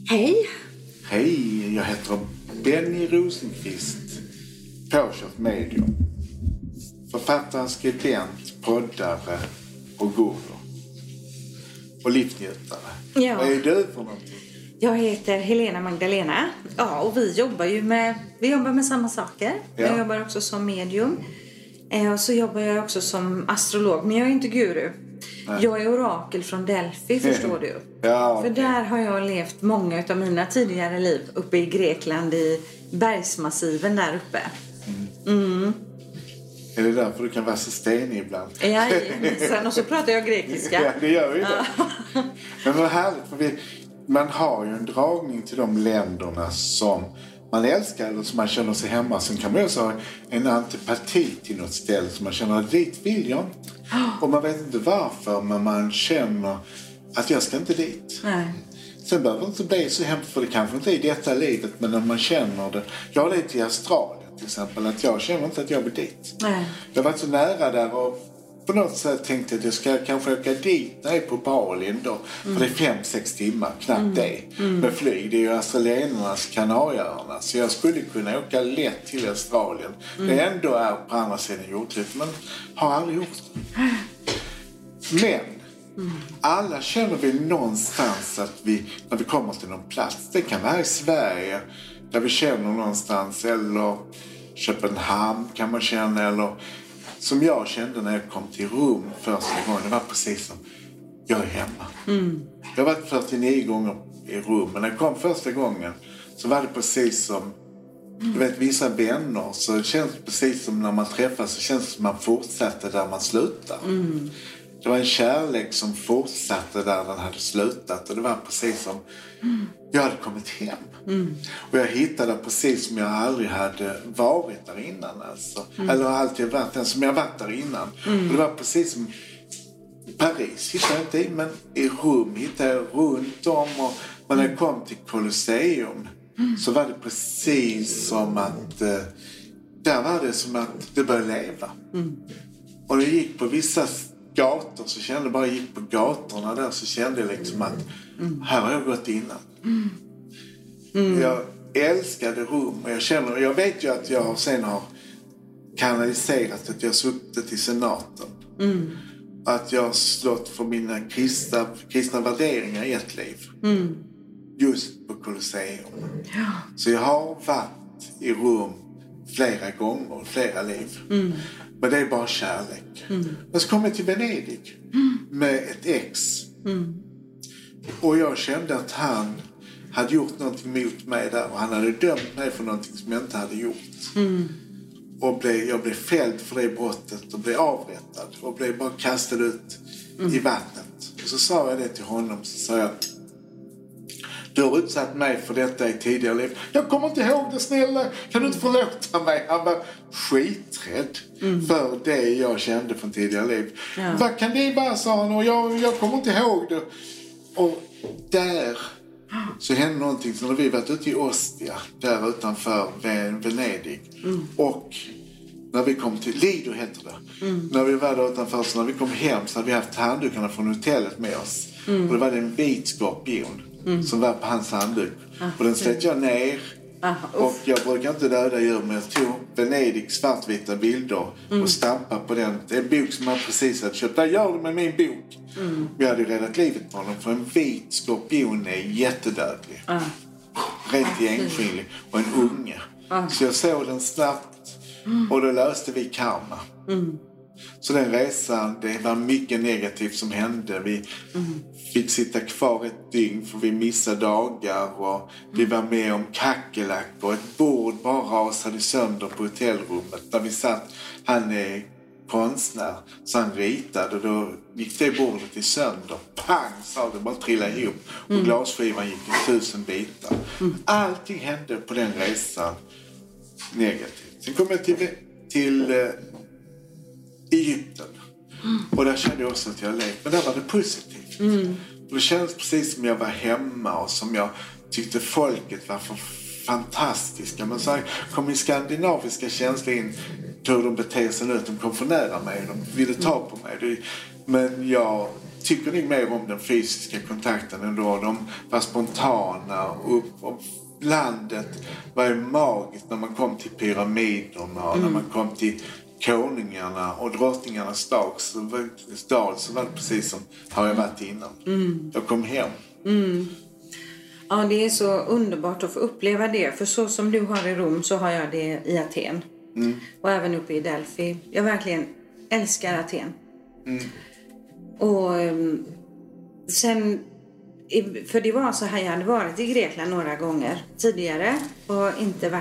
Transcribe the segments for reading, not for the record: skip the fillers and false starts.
Hej! Hej, jag heter Benny Rosenqvist, påkört medium. Författare, skribent, poddare och guru. Och livsnjutare. Ja. Vad är du för någonting? Jag heter Helena Magdalena. Ja, och vi jobbar med samma saker. Ja. Jag jobbar också som medium. Och så jobbar jag också som astrolog. Men jag är inte guru. Nej. Jag är orakel från Delphi, förstår du. Ja, För där har jag levt många av mina tidigare liv uppe i Grekland, i bergsmassiven där uppe. Är det därför du kan vara så stenig ibland? Sen och så pratar jag grekiska. Ja, det gör vi det. Men vad härligt, för man har ju en dragning till de länderna som man älskar eller som man känner sig hemma. Sen kan man också ha en antipati till något ställe som man känner att dit vill jag inte. Och man vet inte varför, men man känner att jag ska inte dit. Nej. Sen behöver det inte bli så hemskt, för det kanske inte är i detta livet, men när man känner det. Jag har det till Australien till exempel, att jag känner inte att jag vill dit. Nej. Jag har varit så nära där och på något sätt tänkte jag att jag ska kanske åka dit när jag är på Bali då. För det är 5-6 timmar, knappt det. Med flyg, det är ju australienernas Kanarieöarna. Så jag skulle kunna åka lätt till Australien. Det ändå är på andra sidan jordklotet, men har aldrig gjort det. Men alla känner vi någonstans att vi, när vi kommer till någon plats, det kan vara i Sverige där vi känner någonstans, eller Köpenhamn kan man känna, eller som jag kände när jag kom till Rom första gången. Det var precis som jag är hemma. Jag har varit 49 gånger i Rom, men när jag kom första gången så var det precis som, du vet, vissa vänner, så det känns precis som när man träffas så känns det som man fortsatte där man slutar. Det var en kärlek som fortsatte där den hade slutat. Och det var precis som jag hade kommit hem. Och jag hittade precis som jag aldrig hade varit där innan. Alltså. Eller alltid varit den som jag varit där innan. Och det var precis som Paris hittade jag inte i, men i Rom hittade jag runt om. Och när jag kom till Colosseum så var det precis som att där var det som att det började leva. Och när jag gick på vissa gator så kände jag bara, gick på gatorna där så kände jag liksom att här har jag gått innan. Jag älskade Rom och jag vet ju att jag sen har kanaliserat att jag har suttit i senaten. Att jag har slått för mina kristna värderingar i ett liv. Just på Colosseum. Så jag har varit i Rom flera gånger, flera liv. Men det är bara kärlek. Men så kom jag till Venedig med ett ex. Och jag kände att han hade gjort någonting mot mig där. Och han hade dömt mig för någonting som jag inte hade gjort. Och jag blev fälld för det brottet och blev avrättad. Och blev bara kastad ut i vattnet. Och så sa jag det till honom. Så sa jag: du har utsatt mig för detta i tidigare liv. Jag kommer inte ihåg det, snälla. Kan du inte förlåta mig? Han var skiträdd för det jag kände från tidigare liv. Ja. Vad kan det vara, sa han. Och jag kommer inte ihåg det. Och där så hände någonting. Så när vi varit ute i Ostia, där utanför Venedig. Och när vi kom till Lido heter det. När vi var där utanför, så när vi kom hem så hade vi haft handdukarna från hotellet med oss. Och det var en vit skorpion som var på hans handduk. Och den släppte jag ner. Och jag brukar inte döda djur, men jag tog Venedigs svartvita bilder och stampade på den. Det är en bok som man precis hade köpt. Där gör du med min bok. Vi hade räddat livet på honom, för en vit skorpion är jättedödlig. Rätt igenskillig. Och en unge. Så jag såg den snabbt och då löste vi karma. Så den resan, det var mycket negativt som hände. Vi fick sitta kvar ett dygn för vi missade dagar. Och vi var med om kackerlack och ett bord bara rasade sönder på hotellrummet. Där vi satt, han är konstnär, så han ritade och då gick det bordet i sönder. Pang, sa det, bara trillade ihop. Och glasskivan gick i 1000 bitar. Allting hände på den resan negativt. Sen kom jag till Egypten. Och där kände jag också att jag levde. Men där var det positivt. Och det kändes precis som jag var hemma och som jag tyckte folket var för fantastiska. Men så kom min skandinaviska känsla in hur de beter sig nu. De kom för nära mig. De ville ta på mig. Men jag tycker nog mer om den fysiska kontakten ändå. De var spontana och landet var ju magiskt när man kom till pyramiderna och när man kom till konungarna och drottningarnas stad så var det precis som har jag varit innan. Jag kom hem. Ja, det är så underbart att få uppleva det. För så som du har i Rom så har jag det i Aten. Och även uppe i Delphi. Jag verkligen älskar Aten. Och sen, för det var så här, jag hade varit i Grekland några gånger tidigare och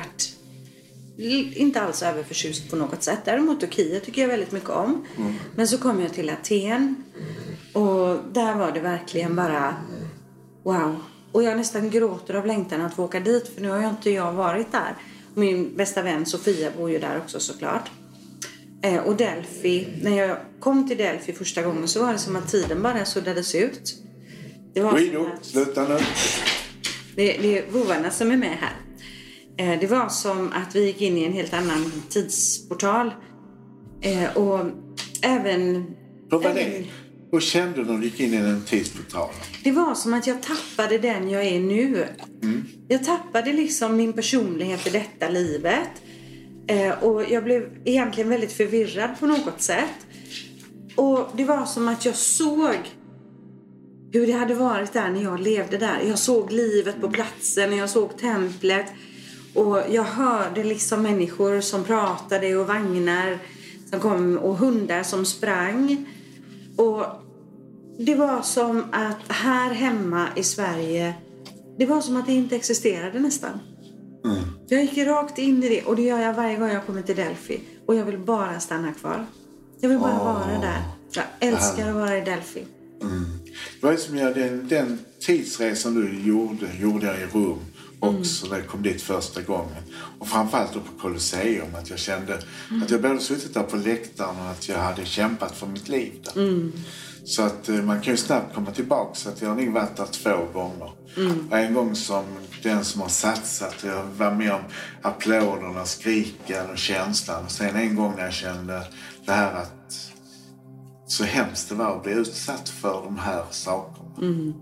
inte alls överförtjust på något sätt. Däremot Turkiet tycker jag väldigt mycket om. Men så kom jag till Aten och där var det verkligen bara wow. Och jag nästan gråter av längtan att få åka dit, för nu har jag inte varit där. Min bästa vän Sofia bor ju där också såklart. Och Delphi, när jag kom till Delphi första gången så var det som att tiden bara suddades ut. Det var sluta nu. Det är vovarna som är med här. Det var som att vi gick in i en helt annan tidsportal. Och även... Vad var det? Hur kände du när du gick in i den tidsportalen? Det var som att jag tappade den jag är nu. Jag tappade liksom min personlighet i detta livet. Och jag blev egentligen väldigt förvirrad på något sätt. Och det var som att jag såg hur det hade varit där när jag levde där. Jag såg livet på platsen, jag såg templet. Och jag hörde liksom människor som pratade och vagnar som kom och hundar som sprang. Och det var som att här hemma i Sverige, det var som att det inte existerade nästan. Jag gick rakt in i det, och det gör jag varje gång jag kommer till Delphi. Och jag vill bara stanna kvar. Jag vill bara vara där. Jag älskar att vara i Delphi. Vad är det som gör den tidsresan du gjorde jag i Rom också när jag kom dit första gången. Och framförallt då på Colosseum, att jag kände att jag både suttit där på läktaren och att jag hade kämpat för mitt liv där. Så att man kan ju snabbt komma tillbaka, så att jag har nog varit där 2 gånger. En gång som den som har satsat, jag var med om applåderna, skriken och känslan. Och sen en gång när jag kände det här att så hemskt det var att bli utsatt för de här sakerna.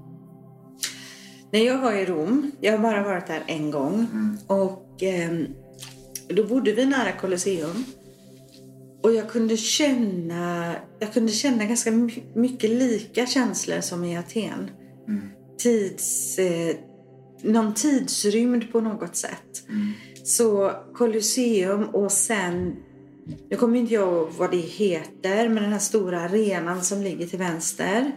När jag var i Rom, jag har bara varit där en gång. Och då bodde vi nära Colosseum. Och jag kunde känna ganska mycket lika känslor som i Aten. Någon tidsrymd på något sätt. Så Colosseum och sen, nu kommer inte jag ihåg vad det heter, men den här stora arenan som ligger till vänster.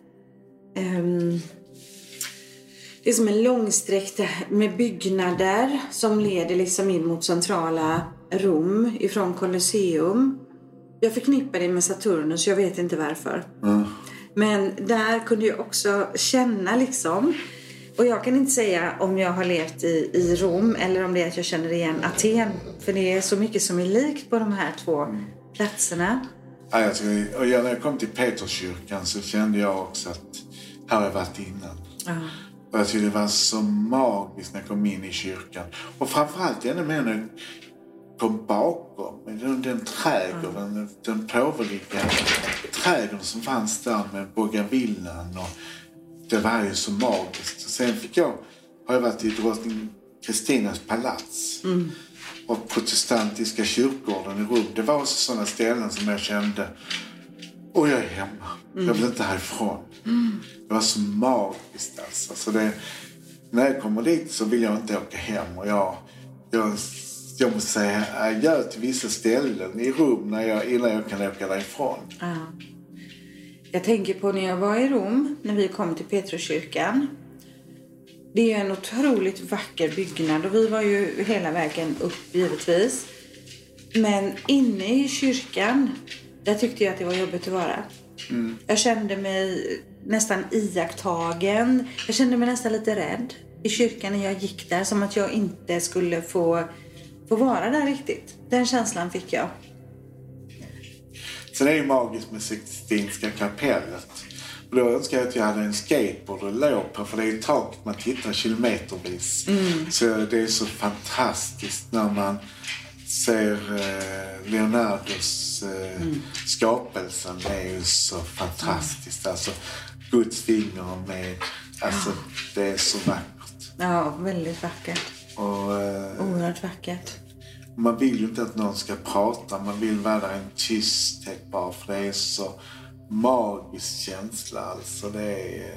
Det är som en långsträckt med byggnader som leder liksom in mot centrala Rom ifrån Colosseum. Jag förknippar det med Saturnus, jag vet inte varför. Men där kunde jag också känna liksom, och jag kan inte säga om jag har levt i Rom eller om det är att jag känner igen Aten. För det är så mycket som är likt på de här 2 platserna. Och när jag kom till Peterskyrkan så kände jag också att här har jag varit innan. Och jag tyckte det var så magiskt när jag kom in i kyrkan. Och framförallt ännu mer när jag kom bakom den trädgården, den påverliga trädgården som fanns där med bogavillan. Och det var ju så magiskt. Och sen har jag varit i drottning Kristinas palats. Och protestantiska kyrkogården i Rom. Det var också sådana ställen som jag kände, och jag är hemma. Jag vill inte härifrån. Det var så magiskt alltså. Så när jag kommer dit så vill jag inte åka hem. Och jag måste säga, jag gör till vissa ställen i Rom innan jag kan åka därifrån. Jag tänker på när jag var i Rom, när vi kom till Petrskyrkan. Det är en otroligt vacker byggnad och vi var ju hela vägen upp givetvis. Men inne i kyrkan, där tyckte jag att det var jobbigt att vara. Jag kände mig nästan iakttagen. Jag kände mig nästan lite rädd i kyrkan när jag gick där. Som att jag inte skulle få vara där riktigt. Den känslan fick jag. Sen är det ju magiskt med Sixtinska kapellet. Och då önskar jag att jag hade en skateboard och låg på. För det är ju taket man tittar kilometervis. Så det är så fantastiskt när man ser Leonardos skapelsen är ju så fantastiskt. Alltså Guds finger med, alltså det är så vackert. Ja, väldigt vackert. Och, oerhört vackert. Man vill ju inte att någon ska prata, man vill vara en tysthet bara, för det är så magisk känsla. Alltså det är...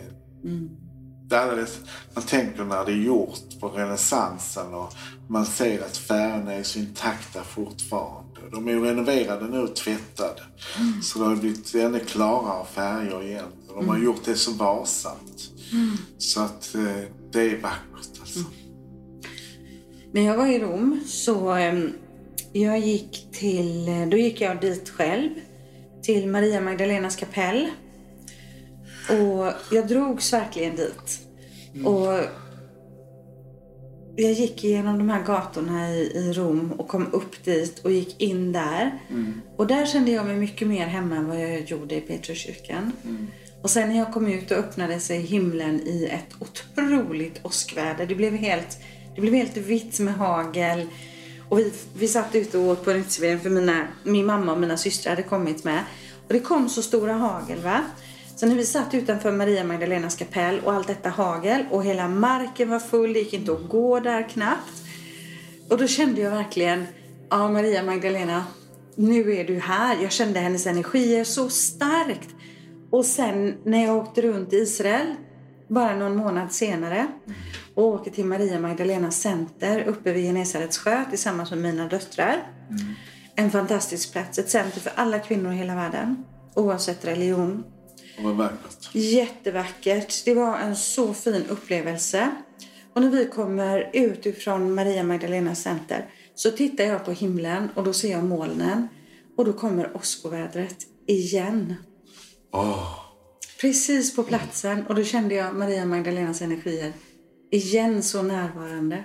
Man tänker när det är gjort på renässansen och man ser att färgerna är så intakta fortfarande. De är ju renoverade nu och tvättade. Så det har blivit ännu klarare färger igen. De har gjort det så varsamt. Så att det är vackert alltså. När jag var i Rom så då gick jag dit själv till Maria Magdalenas kapell. Och jag drogs verkligen dit. Och jag gick igenom de här gatorna i Rom och kom upp dit och gick in där. Och där kände jag mig mycket mer hemma än vad jag gjorde i Petruskyrkan. Och sen när jag kom ut och öppnade sig himlen i ett otroligt åskväder. Det blev helt vitt med hagel. Och vi satt ute och åt på en uteservering för min mamma och mina systrar hade kommit med. Och det kom så stora hagel, va? Så när vi satt utanför Maria Magdalenas kapell och allt detta hagel och hela marken var full, det gick inte att gå där knappt. Och då kände jag verkligen, ja Maria Magdalena, nu är du här. Jag kände hennes energier så starkt. Och sen när jag åkte runt i Israel, bara någon månad senare, och åkte till Maria Magdalenas center uppe vid Genesarets sjö tillsammans med mina döttrar. En fantastisk plats, ett center för alla kvinnor i hela världen, oavsett religion. Vad vackert. Jättevackert. Det var en så fin upplevelse. Och när vi kommer ut ifrån Maria Magdalenas center så tittar jag på himlen och då ser jag molnen. Och då kommer åskovädret igen. Precis på platsen. Och då kände jag Maria Magdalenas energier igen så närvarande.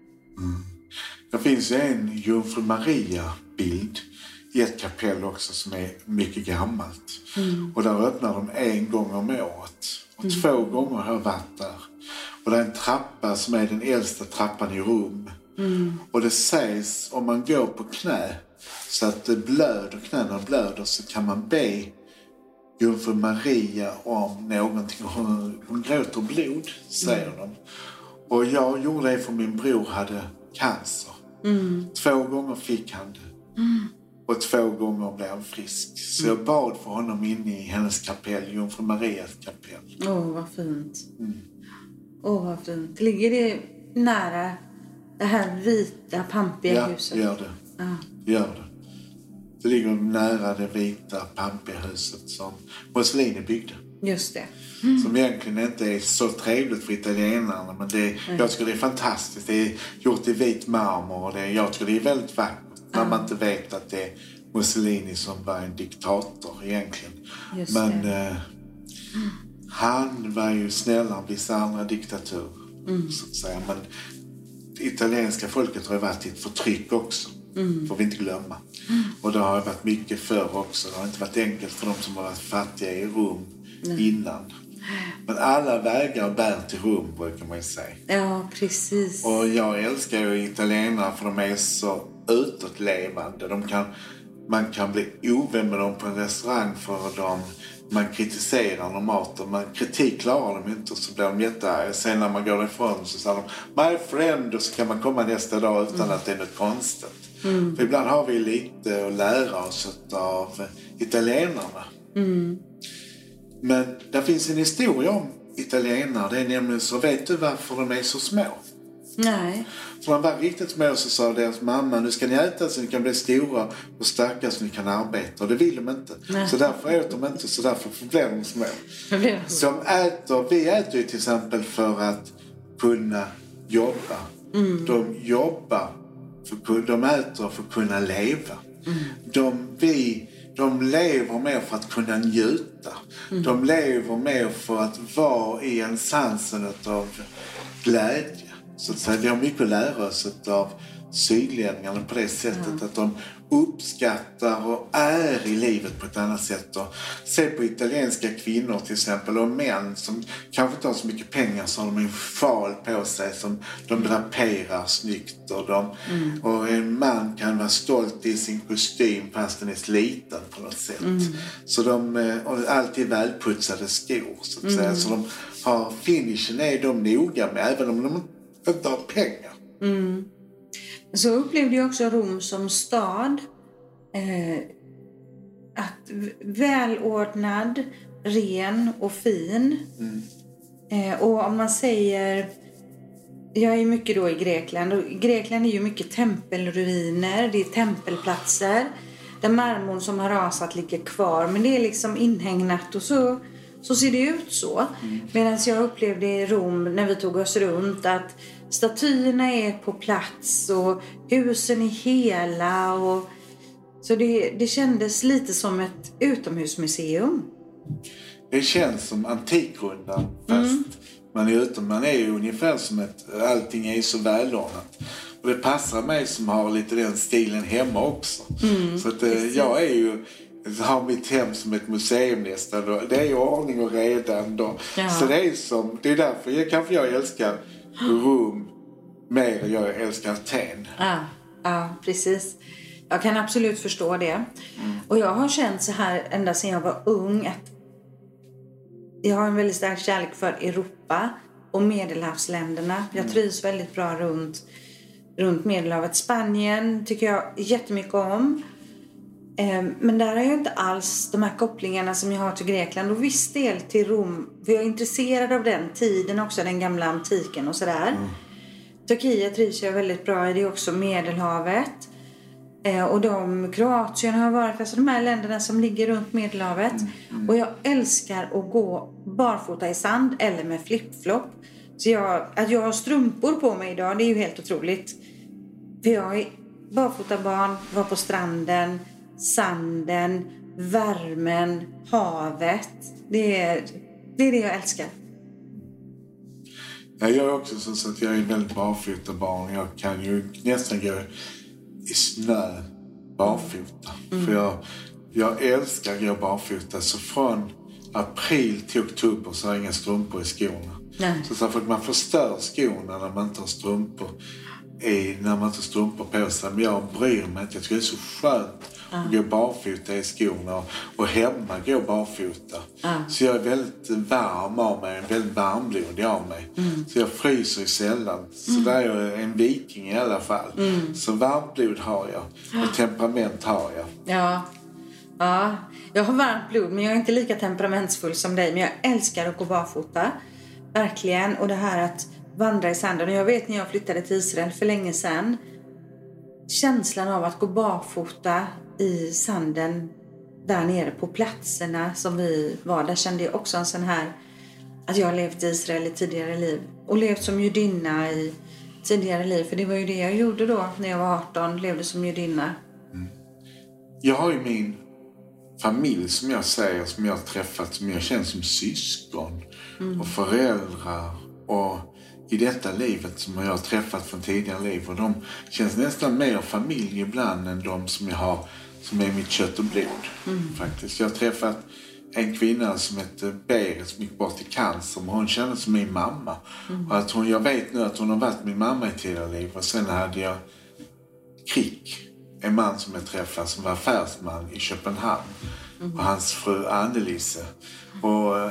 Det finns ju en Jungfru Maria-bild i ett kapell också som är mycket gammalt. Och där öppnar de en gång om året. Och 2 gånger har jag varit där. Och det är en trappa som är den äldsta trappan i Rom. Och det sägs, om man går på knä så att det blöder, knäna blöder, så kan man be Jungfru Maria om någonting. Hon gråter blod, säger de. Och jag gjorde det för min bror hade cancer. 2 gånger fick han det. Och 2 gånger blev han frisk. Så jag bad för honom inne i hennes kapell, Jungfru Marias kapell. Vad fint. Vad fint. Ligger det nära det här vita, pampiga huset? Ja, gör det. Det ligger nära det vita, pampiga huset som Mussolini byggde. Just det. Som egentligen inte är så trevligt för italienarna. Men jag tycker det är fantastiskt. Det är gjort i vit marmor. Och jag tycker det är väldigt vackert. När man inte vet att det är Mussolini som var en diktator egentligen. Men han var ju snällare än vissa andra diktaturer. Så att säga. Men det italienska folket har varit i ett förtryck också. Får vi inte glömma. Och det har varit mycket förr också. Det har inte varit enkelt för de som har varit fattiga i Rom innan. Men alla vägar bär till Rom, brukar man säga. Ja, precis. Och jag älskar ju italienare för de är så utåtlevande. Man kan bli ovän med dem på en restaurang för dem. Man kritiserar dem maten. Men kritik klarar de inte, så blir de jättearga. Sen när man går ifrån så säger de my friend, och så kan man komma nästa dag utan att det är något konstigt. För ibland har vi lite att lära oss av italienarna. Men det finns en historia om italienare. Det är nämligen så, vet du varför de är så små? Nej. För de var riktigt små så sa deras mamma, nu ska ni äta så ni kan bli stora och starka så ni kan arbeta. Och det vill de inte. Nej. Så därför äter de inte, så därför blir de små. Vi äter ju till exempel för att kunna jobba. De jobbar, de äter för att kunna leva. De lever mer för att kunna njuta. De lever mer för att vara i en sansen av glädje. Så att säga, vi har mycket att lära oss av sydlänningarna på det sättet att de uppskattar och är i livet på ett annat sätt. Och se på italienska kvinnor till exempel och män som kanske inte har så mycket pengar, så har de en sjal på sig som de draperar snyggt och en man kan vara stolt i sin kostym fast den är sliten på något sätt. Så de har alltid välputsade skor så att säga. Så de har finishen är de noga med även om de inte har pengar. Så upplevde jag också Rom som stad. Att välordnad, ren och fin. Och om man säger... Jag är mycket då i Grekland. Och Grekland är ju mycket tempelruiner. Det är tempelplatser. Där marmorn som har rasat ligger kvar. Men det är liksom inhägnat och så ser det ut så. Medan jag upplevde i Rom när vi tog oss runt att statyerna är på plats och husen är hela. Och så det kändes lite som ett utomhusmuseum. Det känns som Antikrundan fast man är ju ungefär som allting är så välordnat. Och det passar mig som har lite den stilen hemma också. Så att jag är ju... har mitt hem som ett museum nästan. Och det är ordning och reda ändå. Ja. Så det är därför kanske jag älskar Rom mer än jag älskar Aten. Ja, precis. Jag kan absolut förstå det. Och jag har känt så här ända sedan jag var ung att jag har en väldigt stark kärlek för Europa och Medelhavsländerna. Jag trivs väldigt bra runt Medelhavet. Spanien tycker jag jättemycket om. Men där har jag inte alls de här kopplingarna som jag har till Grekland och viss del till Rom. För jag är intresserad av den tiden också, den gamla antiken och sådär. Turkiet trivs jag väldigt bra i, det är också Medelhavet. Och Kroatien har varit, alltså de här länderna som ligger runt Medelhavet. Och jag älskar att gå barfota i sand eller med flip-flop. Så att jag har strumpor på mig idag, det är ju helt otroligt. För jag är barfotabarn, var på stranden, sanden, värmen, havet. Det är det jag älskar. Jag gör också så att jag är väldigt barfotabarn. Jag kan ju nästan gå i snö barfota. För jag älskar att gå barfota. Så från april till oktober så har jag inga strumpor i skorna. Så för att man förstör skorna när man inte har strumpor. När man inte har strumpor på sig. Men jag bryr mig inte. Jag tycker det är så skönt att gå barfota i skorna. Och hemma gå barfota. Så jag är väldigt varm av mig. Väldigt varmblodig av mig. Så jag fryser ju sällan. Så där är jag en viking i alla fall. Så varmblod har jag. Och temperament har jag. Ja, jag har varmt blod men jag är inte lika temperamentsfull som dig. Men jag älskar att gå barfota. Verkligen. Och det här att vandra i sanden. Och jag vet när jag flyttade till Israel för länge sedan. Känslan av att gå barfota i sanden där nere på platserna som vi var. Där kände jag också en sån här att jag har levt i Israel i tidigare liv. Och levt som judinna i tidigare liv. För det var ju det jag gjorde då när jag var 18. Levde som judinna. Jag har ju min familj som jag säger, som jag har träffat, som jag känner som syskon och föräldrar och i detta livet som jag har träffat från tidigare liv, och de känns nästan mer familj ibland än de som jag har som är mitt kött och blod faktiskt. Jag har träffat en kvinna som heter Berit som gick bort i cancer, och hon kändes som min mamma och att jag vet nu att hon har varit min mamma i tidigare liv. Och sen hade jag Krik, en man som jag träffade som var affärsman i Köpenhamn och hans fru Annelise. Och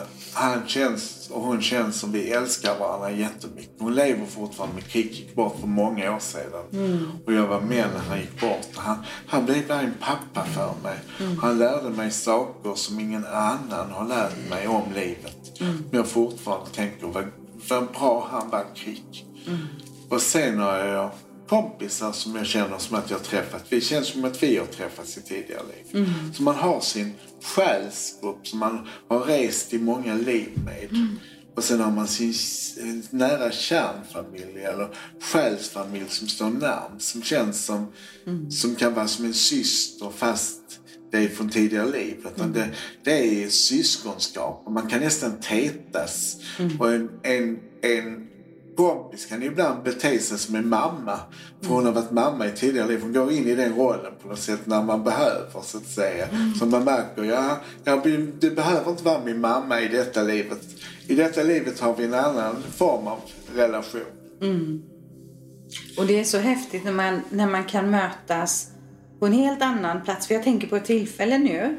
hon känns som vi älskar varandra jättemycket. Hon lever fortfarande, med Krik gick bort för många år sedan. Och jag var med när han gick bort. Han blev en pappa för mig. Han lärde mig saker som ingen annan har lärt mig om livet. Men jag fortfarande tänker vad bra han var, Krik. Och sen har jag kompisar som jag känner som att jag har träffat. Vi känns som att vi har träffats i tidigare liv. Så man har sin själsgrupp som man har rest i många liv med. Och sen har man sin nära kärnfamilj eller själsfamilj som står närmast. Som känns som kan vara som en syster fast det är från tidigare liv. Utan det är syskonskap och man kan nästan tätas. Och kompis kan ibland bete sig som en mamma. För hon har varit mamma i tidigare liv. Hon går in i den rollen på något sätt när man behöver, så att säga. Som man märker, du behöver inte vara min mamma i detta livet. I detta livet har vi en annan form av relation. Och det är så häftigt när man kan mötas på en helt annan plats. För jag tänker på ett tillfälle nu.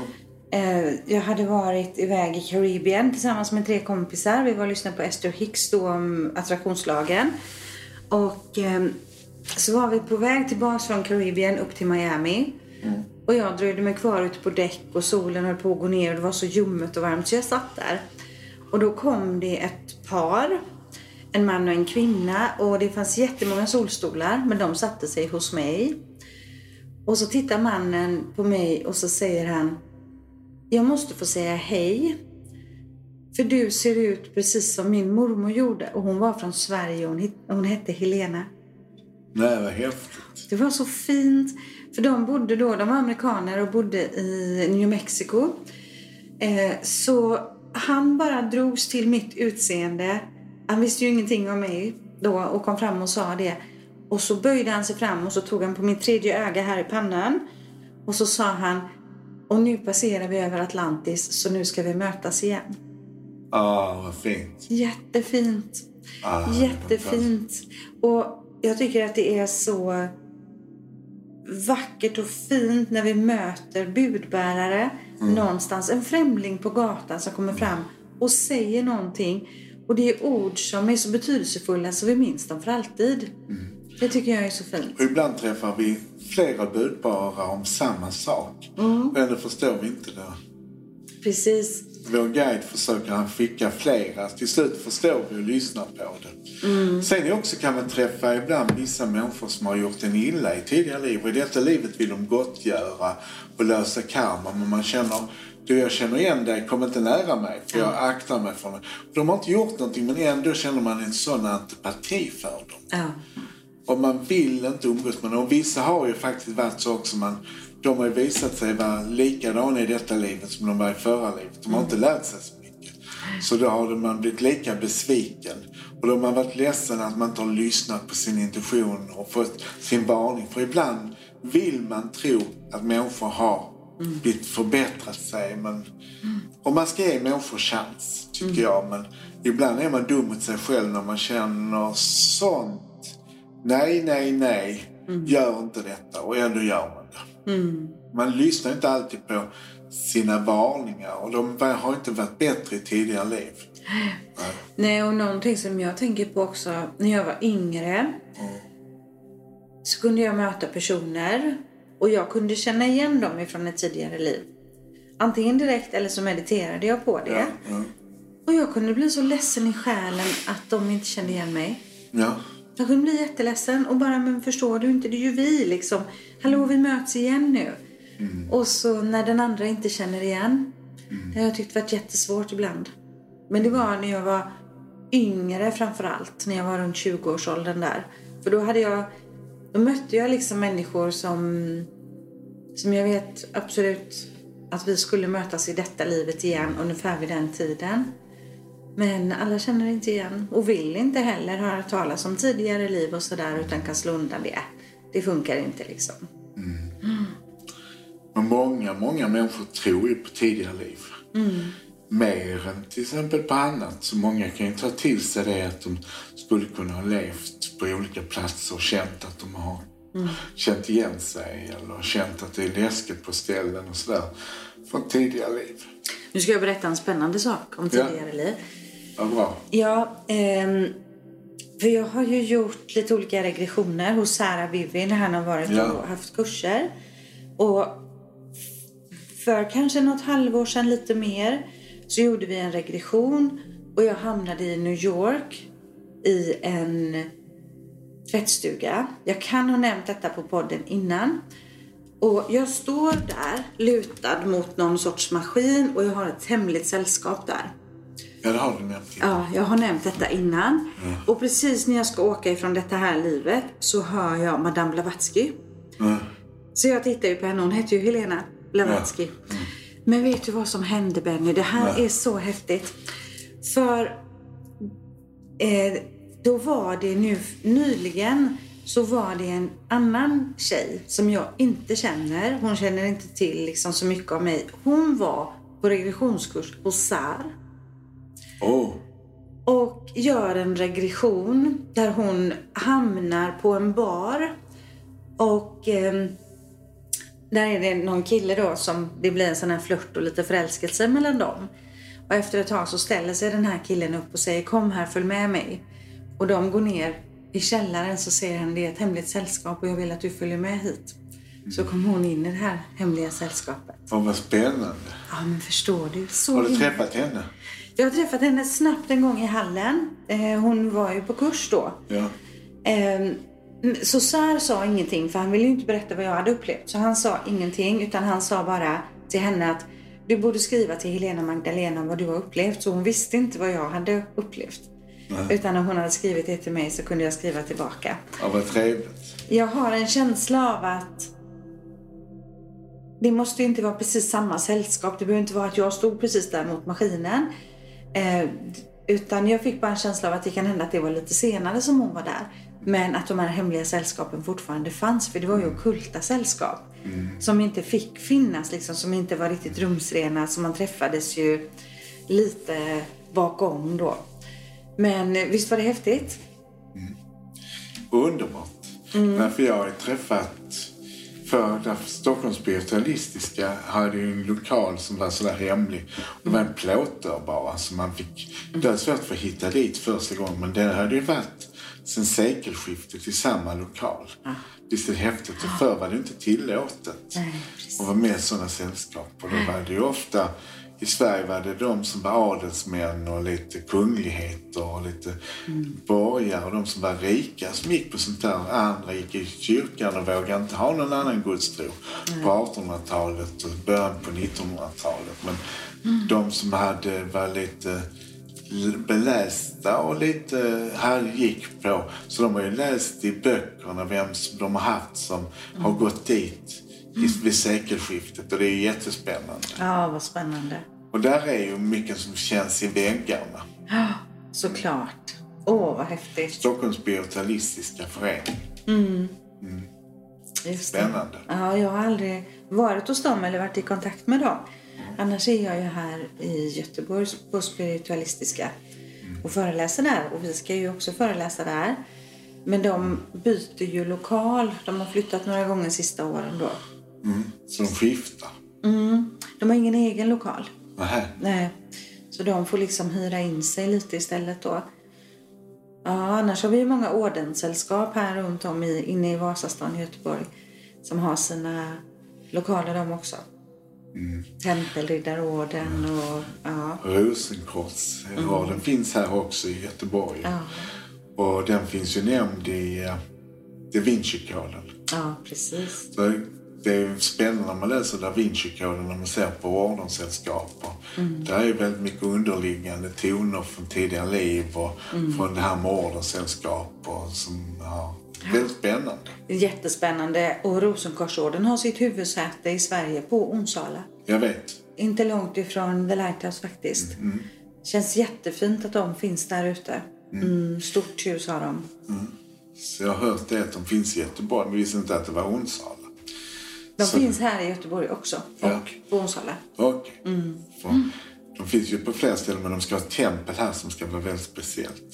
Jag hade varit iväg i Karibien tillsammans med 3 kompisar. Vi var och lyssnade på Esther Hicks då om attraktionslagen. Och så var vi på väg tillbaka från Karibien upp till Miami. Och jag dröjde mig kvar ute på däck och solen höll på att gå ner och det var så ljummet och varmt så jag satt där. Och då kom det ett par, en man och en kvinna, och det fanns jättemånga solstolar men de satte sig hos mig. Och så tittar mannen på mig och så säger han: jag måste få säga hej. För du ser ut precis som min mormor gjorde. Och hon var från Sverige och hon hette Helena. Nej, vad häftigt. Det var så fint. För de var amerikaner och bodde i New Mexico. Så han bara drogs till mitt utseende. Han visste ju ingenting om mig då och kom fram och sa det. Och så böjde han sig fram och så tog han på min 3:e öga här i pannan. Och så sa han: och nu passerar vi över Atlantis så nu ska vi mötas igen. Vad fint. Jättefint. Jättefint. Och jag tycker att det är så vackert och fint när vi möter budbärare någonstans. En främling på gatan som kommer fram och säger någonting. Och det är ord som är så betydelsefulla så vi minns dem för alltid. Det tycker jag är så fint. Och ibland träffar vi flera budbärare om samma sak. Och ändå förstår vi inte det. Precis. Vår guide försöker han skicka flera. Till slut förstår vi och lyssnar på det. Sen också kan man träffa ibland vissa människor som har gjort en illa i tidigare liv. Och i detta livet vill de gottgöra och lösa karma. Men man känner: jag känner igen dig, kom inte nära mig. För jag aktar mig för mig. De har inte gjort någonting men ändå känner man en sån antipati för dem. Och man vill inte umgås med dem. Och vissa har ju faktiskt varit så också. De har ju visat sig vara likadana i detta livet som de var i förra livet. De har inte lärt sig så mycket. Så då har man blivit lika besviken. Och då har man varit ledsen att man inte har lyssnat på sin intuition och fått sin varning. För ibland vill man tro att människor har blivit förbättrat sig. Och man ska ge människor chans, tycker jag. Men ibland är man dum mot sig själv när man känner sånt. Nej. Gör inte detta. Och ändå gör man det. Man lyssnar inte alltid på sina varningar. Och de har inte varit bättre i tidigare liv. Nej, och någonting som jag tänker på också. När jag var yngre så kunde jag möta personer. Och jag kunde känna igen dem ifrån ett tidigare liv. Antingen direkt eller så mediterade jag på det. Och jag kunde bli så ledsen i själen att de inte kände igen mig. Jag kunde bli jätteledsen och bara: men förstår du inte, det är ju vi liksom. Hallå, vi möts igen nu. Och så när den andra inte känner igen. Det har jag tyckt varit jättesvårt ibland. Men det var när jag var yngre framförallt. När jag var runt 20-årsåldern där. För då mötte jag liksom människor som jag vet absolut att vi skulle mötas i detta livet igen ungefär vid den tiden. Men alla känner inte igen och vill inte heller höra talas om tidigare liv och sådär, utan kan slå undan det. Det funkar inte liksom. Men många människor tror ju på tidigare liv. Mer än till exempel på annat. Så många kan ju ta till sig det att de skulle kunna ha levt på olika platser och känt att de har känt igen sig. Eller känt att det är läskigt på ställen och sådär. Från tidigare liv. Nu ska jag berätta en spännande sak om tidigare liv. Ja, bra. Ja, för jag har ju gjort lite olika regressioner hos Sarah Vivi när han har varit och haft kurser. Och för kanske något halvår sedan, lite mer, så gjorde vi en regression. Och jag hamnade i New York i en tvättstuga. Jag kan ha nämnt detta på podden innan. Och jag står där lutad mot någon sorts maskin och jag har ett hemligt sällskap där. Ja, det har du nämnt innan. Ja, jag har nämnt detta innan. Och precis när jag ska åka ifrån detta här livet så hör jag Madame Blavatsky. Så jag tittar ju på henne, hon heter ju Helena Blavatsky. Men vet du vad som hände, Benny? Det här är så häftigt. För då var det nyligen så var det en annan tjej som jag inte känner. Hon känner inte till liksom så mycket av mig. Hon var på regressionskurs hos SAR. Och gör en regression där hon hamnar på en bar. Och där är det någon kille då som det blir en sån här flört och lite förälskelse mellan dem. Och efter ett tag så ställer sig den här killen upp och säger kom här, följ med mig. Och de går ner i källaren, så säger han det är ett hemligt sällskap och jag vill att du följer med hit. Så kom hon in i det här hemliga sällskapet. Vad spännande. Ja, men förstår du? Så har du träffat henne? Jag har träffat henne snabbt en gång i hallen. Hon var ju på kurs då. Ja. Så Sar sa ingenting, för han ville ju inte berätta vad jag hade upplevt. Så han sa ingenting, utan han sa bara till henne att du borde skriva till Helena Magdalena vad du har upplevt. Så hon visste inte vad jag hade upplevt. Utan när hon hade skrivit det till mig så kunde jag skriva tillbaka. Ja, vad trevligt. Jag har en känsla av att det måste ju inte vara precis samma sällskap. Det behöver inte vara att jag stod precis där mot maskinen. Utan jag fick bara en känsla av att det kan hända att det var lite senare som hon var där. Men att de här hemliga sällskapen fortfarande fanns. För det var ju ockulta sällskap. Som inte fick finnas liksom. Som inte var riktigt rumsrena. Så man träffades ju lite bakom då. Men visst var det häftigt? Underbart. Därför jag har träffat för Stockholms spiritualistiska hade ju en lokal som var sådär hemlig. Det var en plåtdörr bara som man fick. Det var svårt för att hitta dit första gången, men det hade ju varit sen sekelskiftet i samma lokal. Visst är det häftigt, och förr var det inte tillåtet att vara med i sådana sällskap. Och då var det ju ofta, i Sverige var det de som var adelsmän och lite kungligheter och lite borgare och de som var rika som gick på sånt där. Andra gick i kyrkan och vågade inte ha någon annan gudstro på 1800-talet och början på 1900-talet. Men de som var lite belästa och lite gick på, så de har ju läst i böckerna vem som de har haft som har gått dit vid sekelskiftet, och det är jättespännande. Ja, vad spännande. Och där är ju mycket som känns i väggarna. Ja, såklart. Vad häftigt. Stockholms spiritualistiska förening. Spännande. Ja, jag har aldrig varit hos dem eller varit i kontakt med dem. Annars är jag ju här i Göteborg på spiritualistiska och föreläser där. Och vi ska ju också föreläsa där. Men de byter ju lokal. De har flyttat några gånger sista åren då. Så de skiftar? De har ingen egen lokal. Nej. Så de får liksom hyra in sig lite istället då. Ja, annars har vi ju många ordenssällskap här runt om inne i Vasastan i Göteborg. Som har sina lokaler de också. Tempelriddarorden och Rosenkors. Ja, den finns här också i Göteborg. Ja. Och den finns ju nämnd i Da Vinci-koden. Ja, precis. Så det är spännande när man läser Da Vinci-koden, när man ser på ordenssällskap. Det är väldigt mycket underliggande toner från tidigare liv och från det här med ordenssällskap som väldigt spännande. Jättespännande. Och Rosenkorsorden har sitt huvudsäte i Sverige på Onsala. Jag vet. Inte långt ifrån The Lighthouse faktiskt. Känns jättefint att de finns där ute. Stort hus har de. Så jag har hört det att de finns i Göteborg, men visste inte att det var Onsala. De finns här i Göteborg också. Och på Onsala. Okej. De finns ju på flera ställen, men de ska ha ett tempel här som ska vara väldigt speciellt.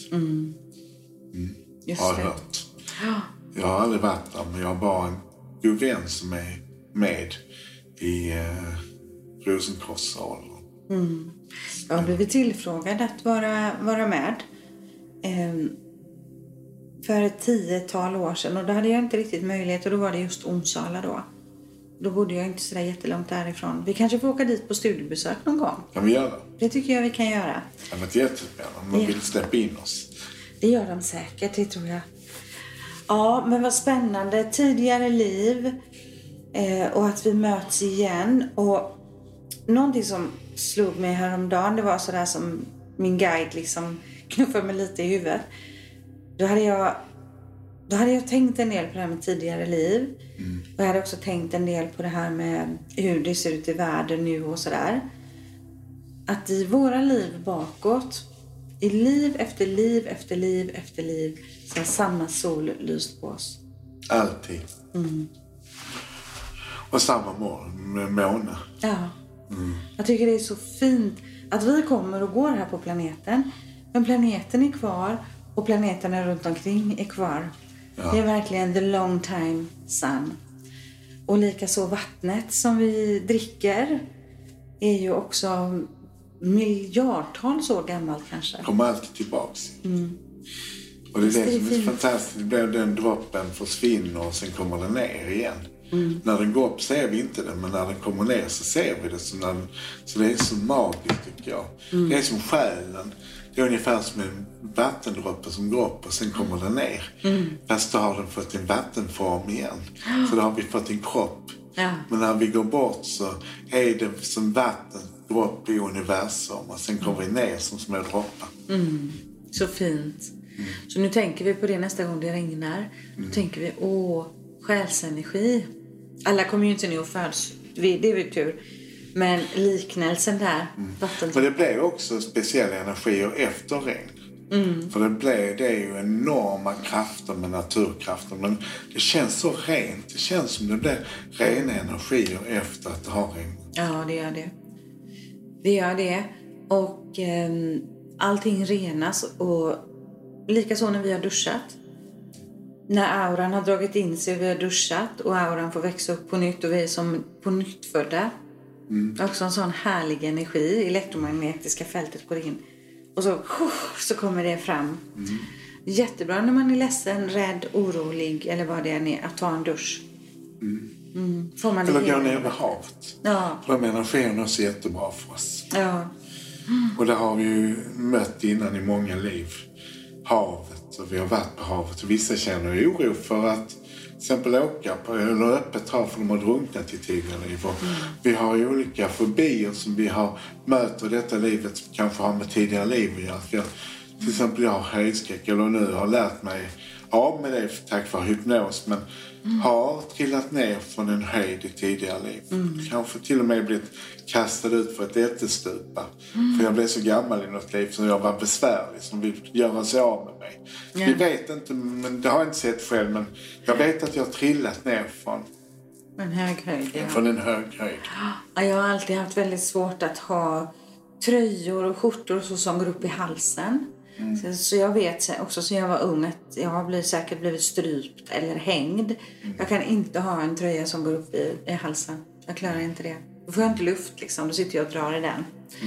Just har det. Jag hört. Jag har aldrig varit där, men jag har bara en god vän som är med i Rosenkorssalen. Jag har blivit tillfrågad att vara med för ett 10-tal år sedan. Och då hade jag inte riktigt möjlighet, och då var det just Onsala då. Då bodde jag inte så där jättelångt därifrån. Vi kanske får åka dit på studiebesök någon gång. Kan vi göra? Det tycker jag vi kan göra. Det har varit jättespännande. Man vill släppa in oss. Det gör de säkert, det tror jag. Ja, men vad spännande. Tidigare liv. Och att vi möts igen. Och någonting som slog mig häromdagen, det var sådär som min guide liksom knuffade mig lite i huvudet. Då hade jag tänkt en del på det här med tidigare liv. Och jag hade också tänkt en del på det här med hur det ser ut i världen nu och sådär. Att i våra liv bakåt I liv efter liv efter liv efter liv så har samma sol lyst på oss. Alltid. Och samma måne. Ja. Jag tycker det är så fint att vi kommer och går här på planeten. Men planeten är kvar och planeterna runt omkring är kvar. Ja. Det är verkligen the long time sun. Och likaså vattnet som vi dricker är ju också miljardtals år gammalt kanske. Kommer alltid tillbaks. Och det är det som är fantastiskt. Den droppen försvinner och sen kommer den ner igen. När den går upp ser vi inte den, men när den kommer ner så ser vi det. Så det är så magiskt tycker jag. Det är som själen. Det är ungefär som en vattendroppe som går upp och sen kommer den ner. Fast då har den fått en vattenform igen. Så då har vi fått en kropp. Ja. Men när vi går bort så är det som vattendropp i universum. Och sen kommer vi ner som små droppar. Så fint. Så nu tänker vi på det nästa gång det regnar. Då tänker vi, själsenergi. Alla kommer ju inte ner och föds. Det är ju tur. Men liknelsen där. Men det blir också speciella energier efter regn. För det är ju enorma krafter med naturkrafter. Men det känns så rent. Det känns som det blir rena energier efter att det har regn. Ja, det gör det. Det gör det. Och allting renas. Och likaså när vi har duschat. När auran har dragit in sig och vi har duschat. Och auran får växa upp på nytt. Och vi är som på nytt födda. Också en sån härlig energi. Elektromagnetiska fältet går in. Och så kommer det fram. Jättebra när man är ledsen, rädd, orolig. Eller vad det är att ta en dusch. Får man det eller gå ner över havet. Ja. För de energierna är också jättebra för oss. Ja. Och det har vi ju mött innan i många liv. Havet. Och vi har varit på havet. Och vissa känner oro för att till exempel åka på eller öppet hav för de har drunknat i tidigare liv. Vi har ju olika fobier som vi har mött i detta livet som kanske har med tidigare liv att göra. Till exempel jag har höjdskräck eller nu har lärt mig av med det tack vare hypnos men har trillat ner från en höjd i tidigare liv. Kanske till och med blivit kastad ut för ett ättestupa. För jag blev så gammal i något liv som jag var besvärlig som vill göra sig av med mig. Vi vet inte, men det har jag inte sett själv, men jag vet att jag har trillat ner från en hög höjd. Ja. Från en hög höjd. Ja, jag har alltid haft väldigt svårt att ha tröjor och skjortor som går upp i halsen. Så jag vet också sen jag var ung att jag har säkert blivit strypt eller hängd. Jag kan inte ha en tröja som går upp i halsen. Jag klarar inte det. Då får jag inte luft liksom. Då sitter jag och drar i den.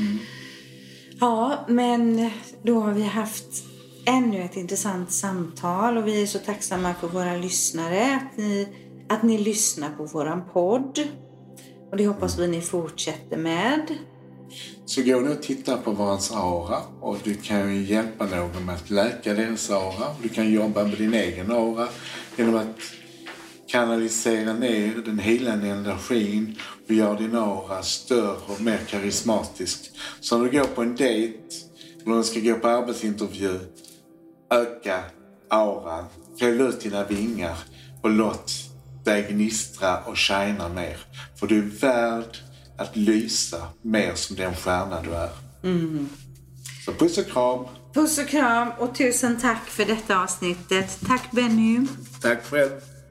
Ja, men då har vi haft ännu ett intressant samtal. Och vi är så tacksamma för våra lyssnare. Att ni lyssnar på våran podd. Och det hoppas vi ni fortsätter med. Så gå nu och titta på varans aura och du kan ju hjälpa någon med att läka deras aura. Du kan jobba med din egen aura genom att kanalisera ner den helande energin och göra din aura större och mer karismatisk. Så när du går på en dejt eller när du ska gå på arbetsintervju, öka auran, fäll ut dina vingar och låt dig gnistra och shina mer. För du är värd att lysa mer som den stjärna du är. Så puss och kram. Puss och kram och tusen tack för detta avsnittet. Tack Benny. Tack själv.